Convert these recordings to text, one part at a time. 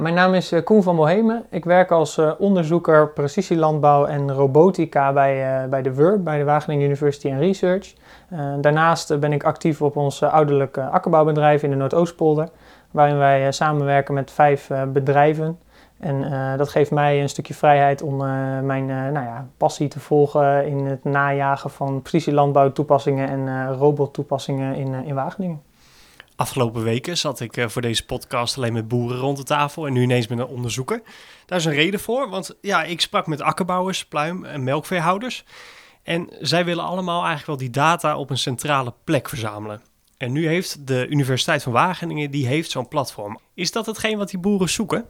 Mijn naam is Koen van Bohemen. Ik werk als onderzoeker precisielandbouw en robotica bij de WURB, bij de Wageningen University and Research. Daarnaast ben ik actief op ons ouderlijke akkerbouwbedrijf in de Noordoostpolder, waarin wij samenwerken met 5 bedrijven. En dat geeft mij een stukje vrijheid om mijn passie te volgen in het najagen van precisielandbouwtoepassingen en robottoepassingen in Wageningen. Afgelopen weken zat ik voor deze podcast alleen met boeren rond de tafel en nu ineens met een onderzoeker. Daar is een reden voor, want ik sprak met akkerbouwers, pluim- en melkveehouders. En zij willen allemaal eigenlijk wel die data op een centrale plek verzamelen. En nu heeft de Universiteit van Wageningen zo'n platform. Is dat hetgeen wat die boeren zoeken?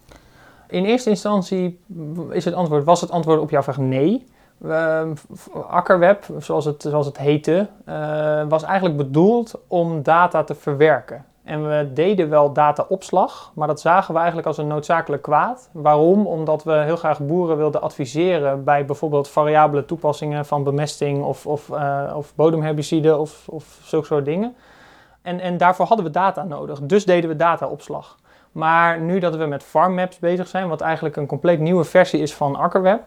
In eerste instantie was het antwoord op jouw vraag nee. Akkerweb, zoals het heette, was eigenlijk bedoeld om data te verwerken. En we deden wel dataopslag, maar dat zagen we eigenlijk als een noodzakelijk kwaad. Waarom? Omdat we heel graag boeren wilden adviseren bij bijvoorbeeld variabele toepassingen van bemesting of bodemherbicide of zulke soort dingen. En daarvoor hadden we data nodig, dus deden we dataopslag. Maar nu dat we met FarmMaps bezig zijn, wat eigenlijk een compleet nieuwe versie is van Akkerweb,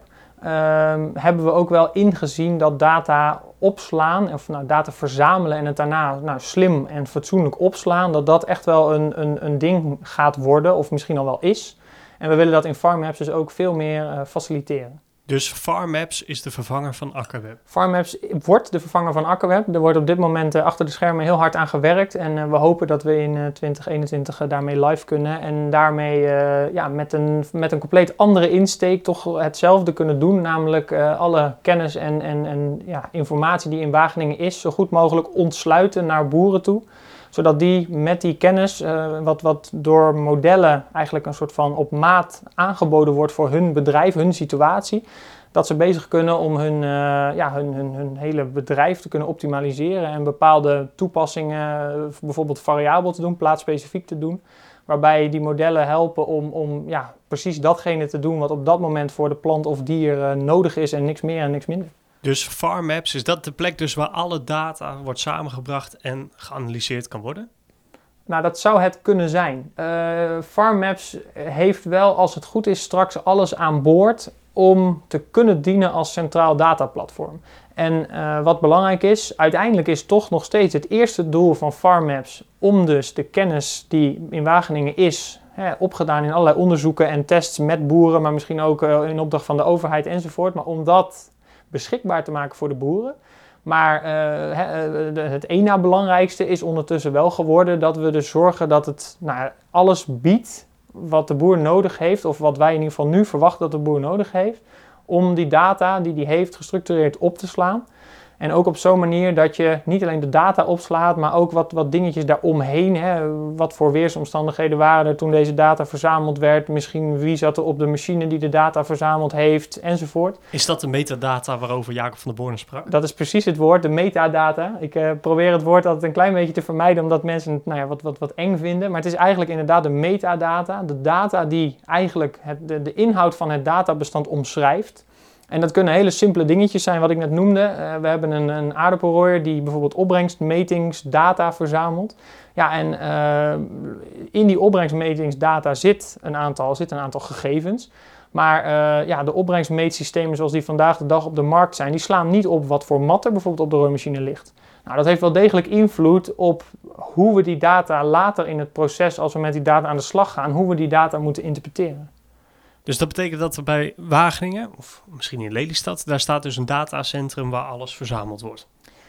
hebben we ook wel ingezien dat data opslaan, of data verzamelen en het daarna slim en fatsoenlijk opslaan, dat echt wel een ding gaat worden, of misschien al wel is. En we willen dat in FarmMaps dus ook veel meer faciliteren. Dus FarmMaps is de vervanger van Akkerweb? FarmMaps wordt de vervanger van Akkerweb. Er wordt op dit moment achter de schermen heel hard aan gewerkt. En we hopen dat we in 2021 daarmee live kunnen. En daarmee met een compleet andere insteek toch hetzelfde kunnen doen. Namelijk alle kennis en informatie die in Wageningen is, zo goed mogelijk ontsluiten naar boeren toe. Zodat die met die kennis, wat door modellen eigenlijk een soort van op maat aangeboden wordt voor hun bedrijf, hun situatie, dat ze bezig kunnen om hun hele bedrijf te kunnen optimaliseren en bepaalde toepassingen, bijvoorbeeld variabel te doen, plaatsspecifiek te doen. Waarbij die modellen helpen om precies datgene te doen wat op dat moment voor de plant of dier nodig is en niks meer en niks minder. Dus FarmMaps, is dat de plek dus waar alle data wordt samengebracht en geanalyseerd kan worden? Nou, dat zou het kunnen zijn. FarmMaps heeft wel, als het goed is, straks alles aan boord om te kunnen dienen als centraal dataplatform. En wat belangrijk is, uiteindelijk is toch nog steeds het eerste doel van FarmMaps om dus de kennis die in Wageningen is, opgedaan in allerlei onderzoeken en tests met boeren, maar misschien ook in opdracht van de overheid enzovoort, maar om dat beschikbaar te maken voor de boeren. Maar het één na belangrijkste is ondertussen wel geworden dat we dus zorgen dat het alles biedt wat de boer nodig heeft, of wat wij in ieder geval nu verwachten dat de boer nodig heeft, om die data die hij heeft gestructureerd op te slaan. En ook op zo'n manier dat je niet alleen de data opslaat, maar ook wat dingetjes daaromheen. Wat voor weersomstandigheden waren er toen deze data verzameld werd. Misschien wie zat er op de machine die de data verzameld heeft, enzovoort. Is dat de metadata waarover Jacob van der Borne sprak? Dat is precies het woord, de metadata. Ik probeer het woord altijd een klein beetje te vermijden, omdat mensen het wat eng vinden. Maar het is eigenlijk inderdaad de metadata. De data die eigenlijk de inhoud van het databestand omschrijft. En dat kunnen hele simpele dingetjes zijn, wat ik net noemde. We hebben een aardappelrooier die bijvoorbeeld opbrengstmetingsdata verzamelt. Ja, en in die opbrengstmetingsdata zit een aantal gegevens. Maar de opbrengstmeetsystemen zoals die vandaag de dag op de markt zijn, die slaan niet op wat voor mat er bijvoorbeeld op de rooimachine ligt. Nou, dat heeft wel degelijk invloed op hoe we die data later in het proces, als we met die data aan de slag gaan, hoe we die data moeten interpreteren. Dus dat betekent dat er bij Wageningen, of misschien in Lelystad, daar staat dus een datacentrum waar alles verzameld wordt.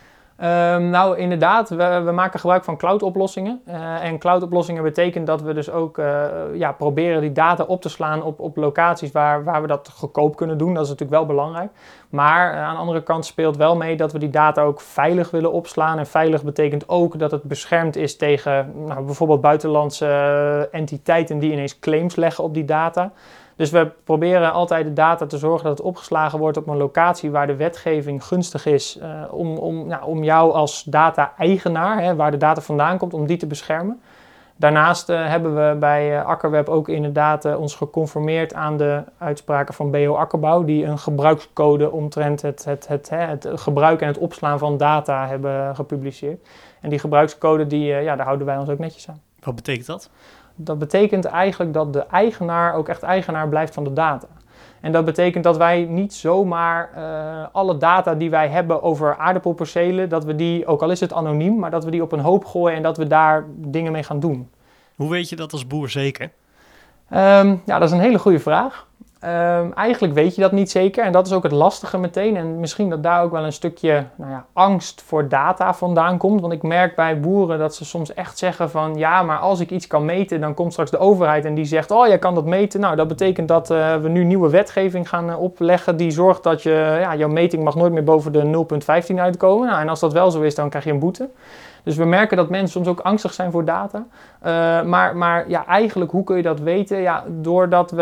Inderdaad, we maken gebruik van cloud-oplossingen. En cloud-oplossingen betekent dat we dus ook proberen die data op te slaan op locaties waar we dat goedkoop kunnen doen. Dat is natuurlijk wel belangrijk. Maar aan de andere kant speelt wel mee dat we die data ook veilig willen opslaan. En veilig betekent ook dat het beschermd is tegen bijvoorbeeld buitenlandse entiteiten die ineens claims leggen op die data. Dus we proberen altijd de data te zorgen dat het opgeslagen wordt op een locatie waar de wetgeving gunstig is om jou als data-eigenaar, waar de data vandaan komt, om die te beschermen. Daarnaast hebben we bij Akkerweb ook inderdaad ons geconformeerd aan de uitspraken van BO Akkerbouw, die een gebruikscode omtrent het gebruik en het opslaan van data hebben gepubliceerd. En die gebruikscode, daar houden wij ons ook netjes aan. Wat betekent dat? Dat betekent eigenlijk dat de eigenaar ook echt eigenaar blijft van de data. En dat betekent dat wij niet zomaar alle data die wij hebben over aardappelpercelen, dat we die, ook al is het anoniem, maar dat we die op een hoop gooien en dat we daar dingen mee gaan doen. Hoe weet je dat als boer zeker? Ja, dat is een hele goede vraag. Eigenlijk weet je dat niet zeker en dat is ook het lastige meteen. En misschien dat daar ook wel een stukje angst voor data vandaan komt. Want ik merk bij boeren dat ze soms echt zeggen van ja, maar als ik iets kan meten, dan komt straks de overheid en die zegt oh, jij kan dat meten. Nou, dat betekent dat we nu nieuwe wetgeving gaan opleggen die zorgt dat jouw meting mag nooit meer boven de 0,15 uitkomen. Nou, en als dat wel zo is, dan krijg je een boete. Dus we merken dat mensen soms ook angstig zijn voor data. Maar eigenlijk, hoe kun je dat weten? Ja, doordat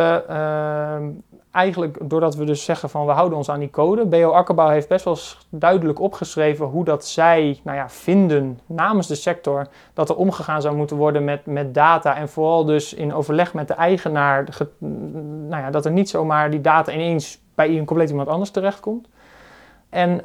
we dus zeggen van we houden ons aan die code. BO Akkerbouw heeft best wel duidelijk opgeschreven hoe dat zij vinden namens de sector dat er omgegaan zou moeten worden met data. En vooral dus in overleg met de eigenaar, dat er niet zomaar die data ineens bij een compleet iemand anders terechtkomt. En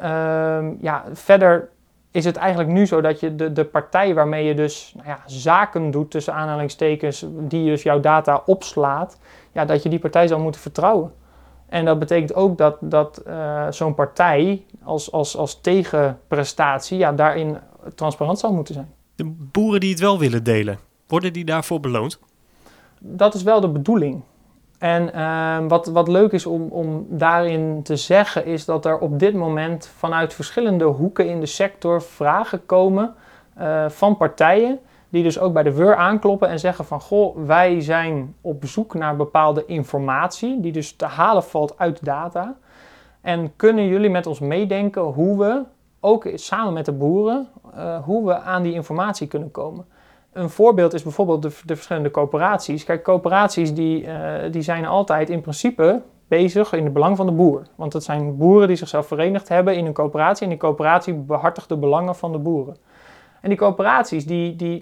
verder is het eigenlijk nu zo dat je de partij waarmee je dus zaken doet, tussen aanhalingstekens, die dus jouw data opslaat, dat je die partij zal moeten vertrouwen. En dat betekent ook dat zo'n partij als tegenprestatie daarin transparant zal moeten zijn. De boeren die het wel willen delen, worden die daarvoor beloond? Dat is wel de bedoeling. En wat leuk is om daarin te zeggen is dat er op dit moment vanuit verschillende hoeken in de sector vragen komen van partijen die dus ook bij de WUR aankloppen en zeggen van goh, wij zijn op zoek naar bepaalde informatie die dus te halen valt uit data. En kunnen jullie met ons meedenken hoe we, ook samen met de boeren, hoe we aan die informatie kunnen komen? Een voorbeeld is bijvoorbeeld de verschillende coöperaties. Kijk, coöperaties die zijn altijd in principe bezig in het belang van de boer. Want het zijn boeren die zichzelf verenigd hebben in een coöperatie en die coöperatie behartigt de belangen van de boeren. En die coöperaties die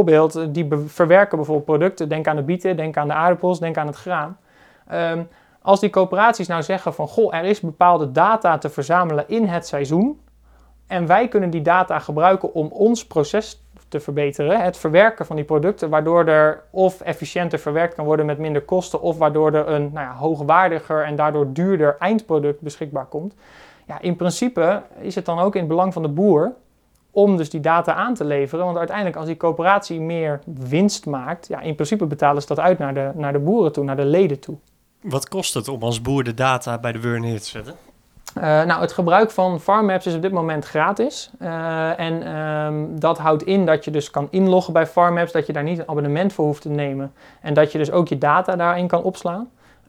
verwerken bijvoorbeeld producten. Denk aan de bieten, denk aan de aardappels, denk aan het graan. Als die coöperaties nou zeggen van goh, er is bepaalde data te verzamelen in het seizoen en wij kunnen die data gebruiken om ons proces te verbeteren, het verwerken van die producten, waardoor er of efficiënter verwerkt kan worden met minder kosten of waardoor er een hoogwaardiger en daardoor duurder eindproduct beschikbaar komt. Ja, in principe is het dan ook in het belang van de boer om dus die data aan te leveren, want uiteindelijk als die coöperatie meer winst maakt, in principe betalen ze dat uit naar de boeren toe, naar de leden toe. Wat kost het om als boer de data bij de WUR neer te zetten? Het gebruik van FarmMaps is op dit moment gratis. Dat houdt in dat je dus kan inloggen bij FarmMaps, dat je daar niet een abonnement voor hoeft te nemen en dat je dus ook je data daarin kan opslaan.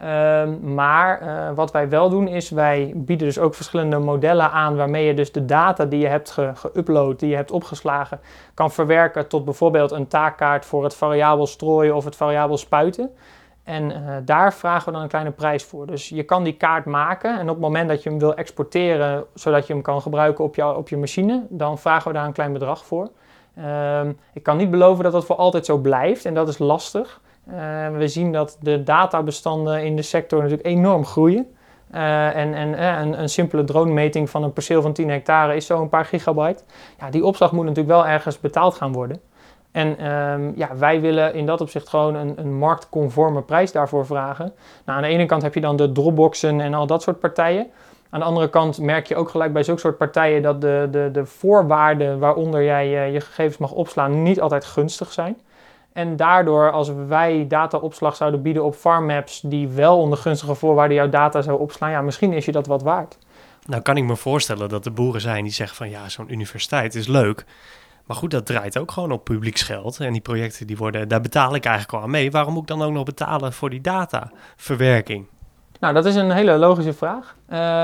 Wat wij wel doen is, wij bieden dus ook verschillende modellen aan waarmee je dus de data die je hebt geüpload, die je hebt opgeslagen, kan verwerken tot bijvoorbeeld een taakkaart voor het variabel strooien of het variabel spuiten. En daar vragen we dan een kleine prijs voor. Dus je kan die kaart maken en op het moment dat je hem wil exporteren, zodat je hem kan gebruiken op je machine, dan vragen we daar een klein bedrag voor. Ik kan niet beloven dat dat voor altijd zo blijft en dat is lastig. We zien dat de databestanden in de sector natuurlijk enorm groeien. Een simpele dronemeting van een perceel van 10 hectare is zo een paar gigabyte. Ja, die opslag moet natuurlijk wel ergens betaald gaan worden. En wij willen in dat opzicht gewoon een marktconforme prijs daarvoor vragen. Nou, aan de ene kant heb je dan de Dropboxen en al dat soort partijen. Aan de andere kant merk je ook gelijk bij zulke soort partijen dat de voorwaarden waaronder jij je gegevens mag opslaan niet altijd gunstig zijn. En daardoor, als wij dataopslag zouden bieden op FarmMaps die wel onder gunstige voorwaarden jouw data zou opslaan, misschien is je dat wat waard. Nou kan ik me voorstellen dat er boeren zijn die zeggen van zo'n universiteit is leuk. Maar goed, dat draait ook gewoon op publieksgeld. En die projecten daar betaal ik eigenlijk al aan mee. Waarom moet ik dan ook nog betalen voor die dataverwerking? Nou, dat is een hele logische vraag.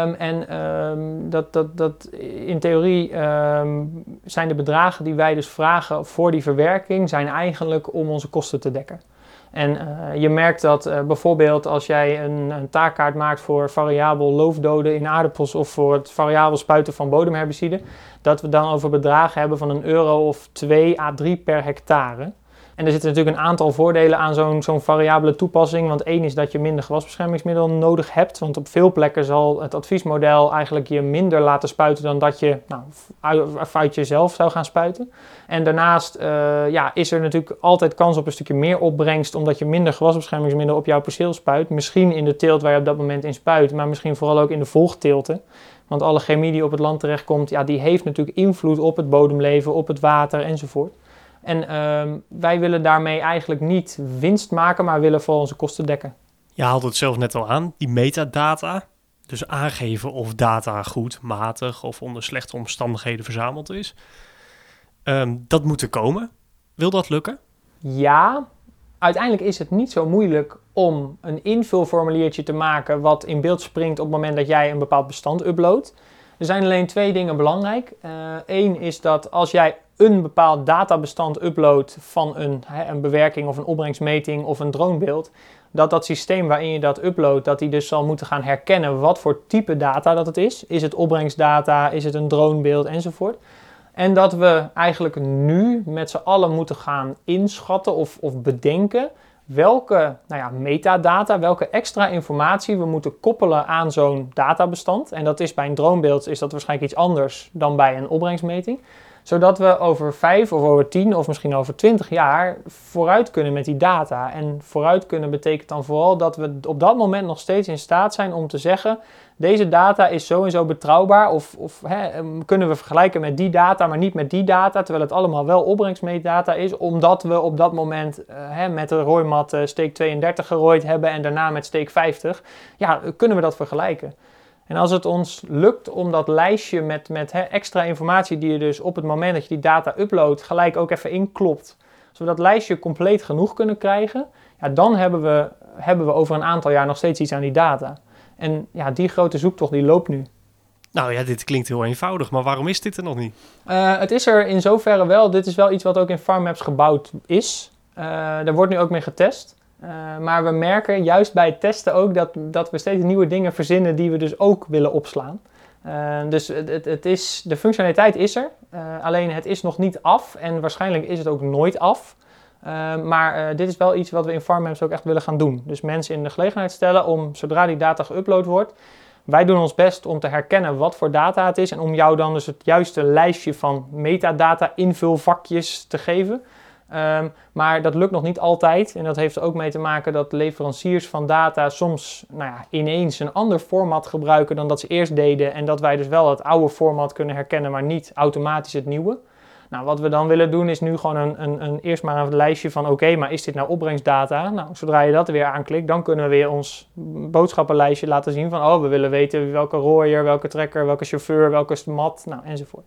In theorie zijn de bedragen die wij dus vragen voor die verwerking, zijn eigenlijk om onze kosten te dekken. En je merkt dat bijvoorbeeld als jij een taakkaart maakt voor variabel loofdoden in aardappels of voor het variabel spuiten van bodemherbicide, dat we dan over bedragen hebben van €1 of 2 à 3 per hectare. En er zitten natuurlijk een aantal voordelen aan zo'n variabele toepassing. Want één is dat je minder gewasbeschermingsmiddel nodig hebt. Want op veel plekken zal het adviesmodel eigenlijk je minder laten spuiten dan dat je uit jezelf zou gaan spuiten. En daarnaast is er natuurlijk altijd kans op een stukje meer opbrengst, omdat je minder gewasbeschermingsmiddel op jouw perceel spuit. Misschien in de teelt waar je op dat moment in spuit, maar misschien vooral ook in de volgteelten. Want alle chemie die op het land terechtkomt, die heeft natuurlijk invloed op het bodemleven, op het water enzovoort. En wij willen daarmee eigenlijk niet winst maken, maar willen vooral onze kosten dekken. Je haalt het zelf net al aan, die metadata. Dus aangeven of data goed, matig of onder slechte omstandigheden verzameld is. Dat moet er komen. Wil dat lukken? Ja, uiteindelijk is het niet zo moeilijk om een invulformuliertje te maken wat in beeld springt op het moment dat jij een bepaald bestand uploadt. Er zijn alleen 2 dingen belangrijk. Eén is dat als jij een bepaald databestand uploadt van een bewerking of een opbrengstmeting of een dronebeeld, dat systeem waarin je dat uploadt, dat die dus zal moeten gaan herkennen wat voor type data dat het is. Is het opbrengstdata, is het een dronebeeld enzovoort. En dat we eigenlijk nu met z'n allen moeten gaan inschatten of bedenken welke metadata, welke extra informatie we moeten koppelen aan zo'n databestand. En dat is bij een dronebeeld is dat waarschijnlijk iets anders dan bij een opbrengstmeting. Zodat we over 5 of over 10 of misschien over 20 jaar vooruit kunnen met die data. En vooruit kunnen betekent dan vooral dat we op dat moment nog steeds in staat zijn om te zeggen, deze data is zo en zo betrouwbaar of kunnen we vergelijken met die data, maar niet met die data, terwijl het allemaal wel opbrengstmeetdata is, omdat we op dat moment met de rooimat steek 32 gerooid hebben en daarna met steek 50, kunnen we dat vergelijken. En als het ons lukt om dat lijstje met extra informatie die je dus op het moment dat je die data uploadt gelijk ook even inklopt, zodat we dat lijstje compleet genoeg kunnen krijgen, dan hebben we over een aantal jaar nog steeds iets aan die data. En die grote zoektocht die loopt nu. Nou ja, dit klinkt heel eenvoudig, maar waarom is dit er nog niet? Het is er in zoverre wel. Dit is wel iets wat ook in FarmMaps gebouwd is. Daar wordt nu ook mee getest. Maar we merken juist bij het testen ook dat we steeds nieuwe dingen verzinnen die we dus ook willen opslaan. Dus de functionaliteit is er, alleen het is nog niet af en waarschijnlijk is het ook nooit af. Maar dit is wel iets wat we in FarmMaps ook echt willen gaan doen. Dus mensen in de gelegenheid stellen om, zodra die data geüpload wordt, wij doen ons best om te herkennen wat voor data het is en om jou dan dus het juiste lijstje van metadata invulvakjes te geven. Maar dat lukt nog niet altijd en dat heeft er ook mee te maken dat leveranciers van data soms ineens een ander format gebruiken dan dat ze eerst deden en dat wij dus wel het oude format kunnen herkennen, maar niet automatisch het nieuwe. Nou, wat we dan willen doen is nu gewoon eerst maar een lijstje van oké, maar is dit nou opbrengstdata? Nou, zodra je dat weer aanklikt, dan kunnen we weer ons boodschappenlijstje laten zien van we willen weten welke rooier, welke trekker, welke chauffeur, welke mat, enzovoort.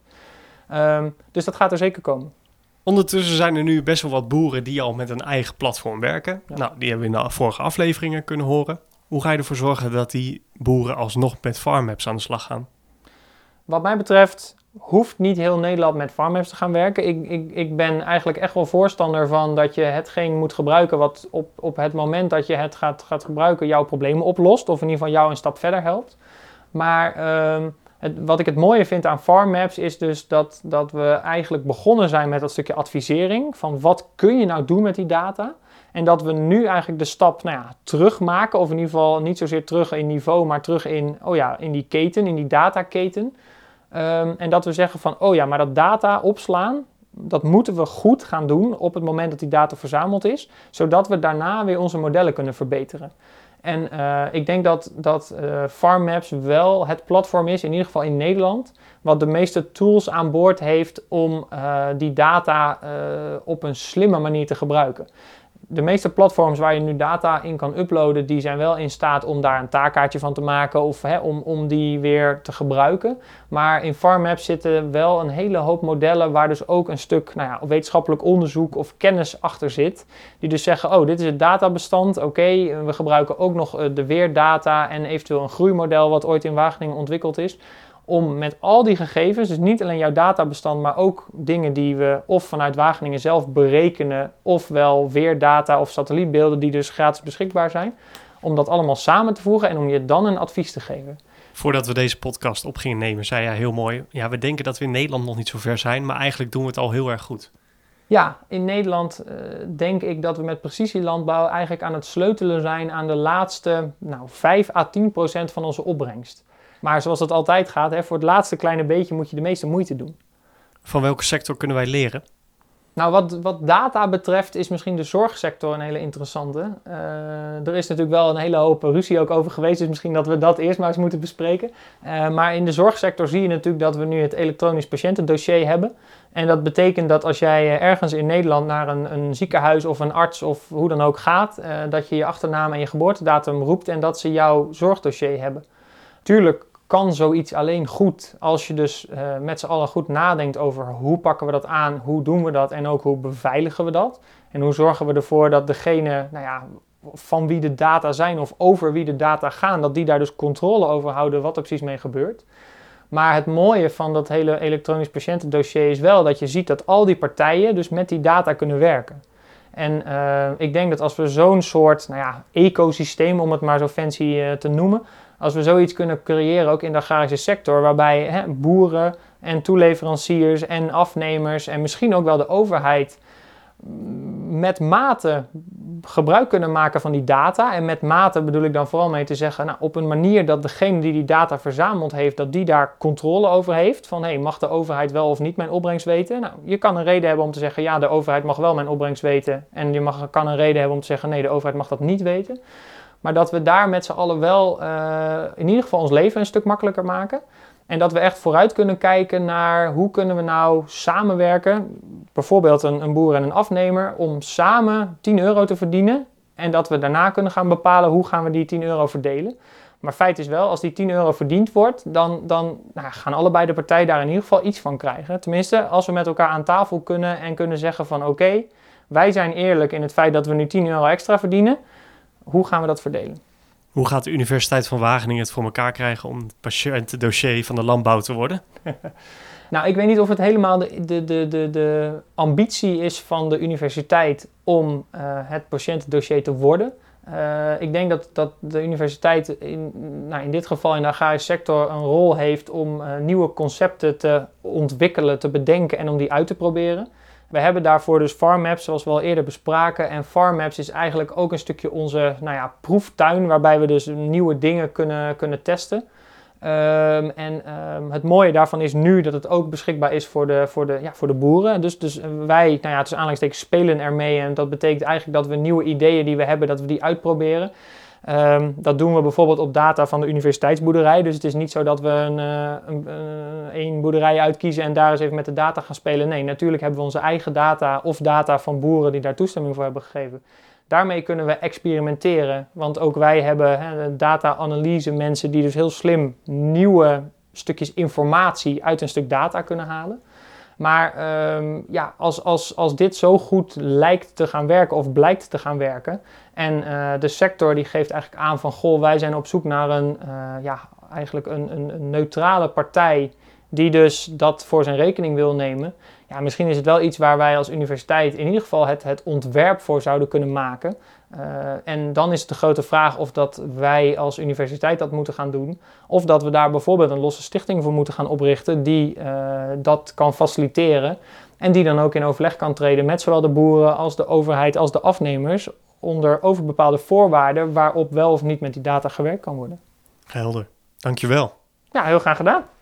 Dus dat gaat er zeker komen. Ondertussen zijn er nu best wel wat boeren die al met een eigen platform werken. Ja. Nou, die hebben we in de vorige afleveringen kunnen horen. Hoe ga je ervoor zorgen dat die boeren alsnog met FarmMaps aan de slag gaan? Wat mij betreft hoeft niet heel Nederland met FarmMaps te gaan werken. Ik ben eigenlijk echt wel voorstander van dat je hetgeen moet gebruiken wat op het moment dat je het gaat gebruiken jouw problemen oplost. Of in ieder geval jou een stap verder helpt. Maar wat ik het mooie vind aan FarmMaps is dus dat we eigenlijk begonnen zijn met dat stukje advisering. Van wat kun je nou doen met die data? En dat we nu eigenlijk de stap terug maken. Of in ieder geval niet zozeer terug in niveau, maar terug in die keten, in die dataketen. En dat we zeggen van, maar dat data opslaan, dat moeten we goed gaan doen op het moment dat die data verzameld is. Zodat we daarna weer onze modellen kunnen verbeteren. En ik denk dat FarmMaps wel het platform is, in ieder geval in Nederland, wat de meeste tools aan boord heeft om die data op een slimme manier te gebruiken. De meeste platforms waar je nu data in kan uploaden, die zijn wel in staat om daar een taakkaartje van te maken of om die weer te gebruiken. Maar in FarmMaps zitten wel een hele hoop modellen waar dus ook een stuk wetenschappelijk onderzoek of kennis achter zit. Die dus zeggen, dit is het databestand, we gebruiken ook nog de weerdata en eventueel een groeimodel wat ooit in Wageningen ontwikkeld is. Om met al die gegevens, dus niet alleen jouw databestand, maar ook dingen die we of vanuit Wageningen zelf berekenen, ofwel weerdata of satellietbeelden die dus gratis beschikbaar zijn, om dat allemaal samen te voegen en om je dan een advies te geven. Voordat we deze podcast op gingen nemen, zei jij heel mooi, we denken dat we in Nederland nog niet zo ver zijn, maar eigenlijk doen we het al heel erg goed. Ja, in Nederland denk ik dat we met precisielandbouw eigenlijk aan het sleutelen zijn aan de laatste 5 à 10% van onze opbrengst. Maar zoals dat altijd gaat, voor het laatste kleine beetje moet je de meeste moeite doen. Van welke sector kunnen wij leren? Nou, wat data betreft is misschien de zorgsector een hele interessante. Er is natuurlijk wel een hele hoop ruzie ook over geweest, dus misschien dat we dat eerst maar eens moeten bespreken. Maar in de zorgsector zie je natuurlijk dat we nu het elektronisch patiëntendossier hebben. En dat betekent dat als jij ergens in Nederland naar een ziekenhuis of een arts of hoe dan ook gaat, dat je je achternaam en je geboortedatum roept en dat ze jouw zorgdossier hebben. Tuurlijk kan zoiets alleen goed als je dus met z'n allen goed nadenkt over hoe pakken we dat aan, hoe doen we dat en ook hoe beveiligen we dat. En hoe zorgen we ervoor dat degene van wie de data zijn of over wie de data gaan, dat die daar dus controle over houden wat er precies mee gebeurt. Maar het mooie van dat hele elektronisch patiëntendossier is wel dat je ziet dat al die partijen dus met die data kunnen werken. En ik denk dat als we zo'n soort ecosysteem, om het maar zo fancy te noemen, als we zoiets kunnen creëren, ook in de agrarische sector, waarbij boeren en toeleveranciers en afnemers en misschien ook wel de overheid met mate gebruik kunnen maken van die data. En met mate bedoel ik dan vooral mee te zeggen, op een manier dat degene die data verzameld heeft, dat die daar controle over heeft. Van mag de overheid wel of niet mijn opbrengst weten? Nou, je kan een reden hebben om te zeggen, ja, de overheid mag wel mijn opbrengst weten. En je kan een reden hebben om te zeggen, nee, de overheid mag dat niet weten. Maar dat we daar met z'n allen wel in ieder geval ons leven een stuk makkelijker maken. En dat we echt vooruit kunnen kijken naar hoe kunnen we nou samenwerken. Bijvoorbeeld een boer en een afnemer om samen €10 te verdienen. En dat we daarna kunnen gaan bepalen hoe gaan we die €10 verdelen. Maar feit is wel, als die €10 verdiend wordt, dan gaan allebei de partijen daar in ieder geval iets van krijgen. Tenminste, als we met elkaar aan tafel kunnen en kunnen zeggen van oké, wij zijn eerlijk in het feit dat we nu €10 extra verdienen. Hoe gaan we dat verdelen? Hoe gaat de Universiteit van Wageningen het voor elkaar krijgen om het patiëntendossier van de landbouw te worden? Nou, ik weet niet of het helemaal de ambitie is van de universiteit om het patiëntendossier te worden. Ik denk dat de universiteit in dit geval in de agrarische sector een rol heeft om nieuwe concepten te ontwikkelen, te bedenken en om die uit te proberen. We hebben daarvoor dus FarmMaps, zoals we al eerder bespraken. En FarmMaps is eigenlijk ook een stukje onze proeftuin, waarbij we dus nieuwe dingen kunnen testen. Het mooie daarvan is nu dat het ook beschikbaar is voor de boeren. Dus wij, tussen aanhalingstekens, spelen ermee. En dat betekent eigenlijk dat we nieuwe ideeën die we hebben, dat we die uitproberen. Dat doen we bijvoorbeeld op data van de universiteitsboerderij. Dus het is niet zo dat we een boerderij uitkiezen en daar eens even met de data gaan spelen. Nee, natuurlijk hebben we onze eigen data of data van boeren die daar toestemming voor hebben gegeven. Daarmee kunnen we experimenteren, want ook wij hebben data-analyse mensen die dus heel slim nieuwe stukjes informatie uit een stuk data kunnen halen. Maar als dit zo goed lijkt te gaan werken of blijkt te gaan werken en de sector die geeft eigenlijk aan van goh, wij zijn op zoek naar een neutrale partij die dus dat voor zijn rekening wil nemen. Ja, misschien is het wel iets waar wij als universiteit in ieder geval het ontwerp voor zouden kunnen maken. En dan is het de grote vraag of dat wij als universiteit dat moeten gaan doen. Of dat we daar bijvoorbeeld een losse stichting voor moeten gaan oprichten die dat kan faciliteren. En die dan ook in overleg kan treden met zowel de boeren als de overheid als de afnemers. Over bepaalde voorwaarden waarop wel of niet met die data gewerkt kan worden. Helder, dankjewel. Ja, heel graag gedaan.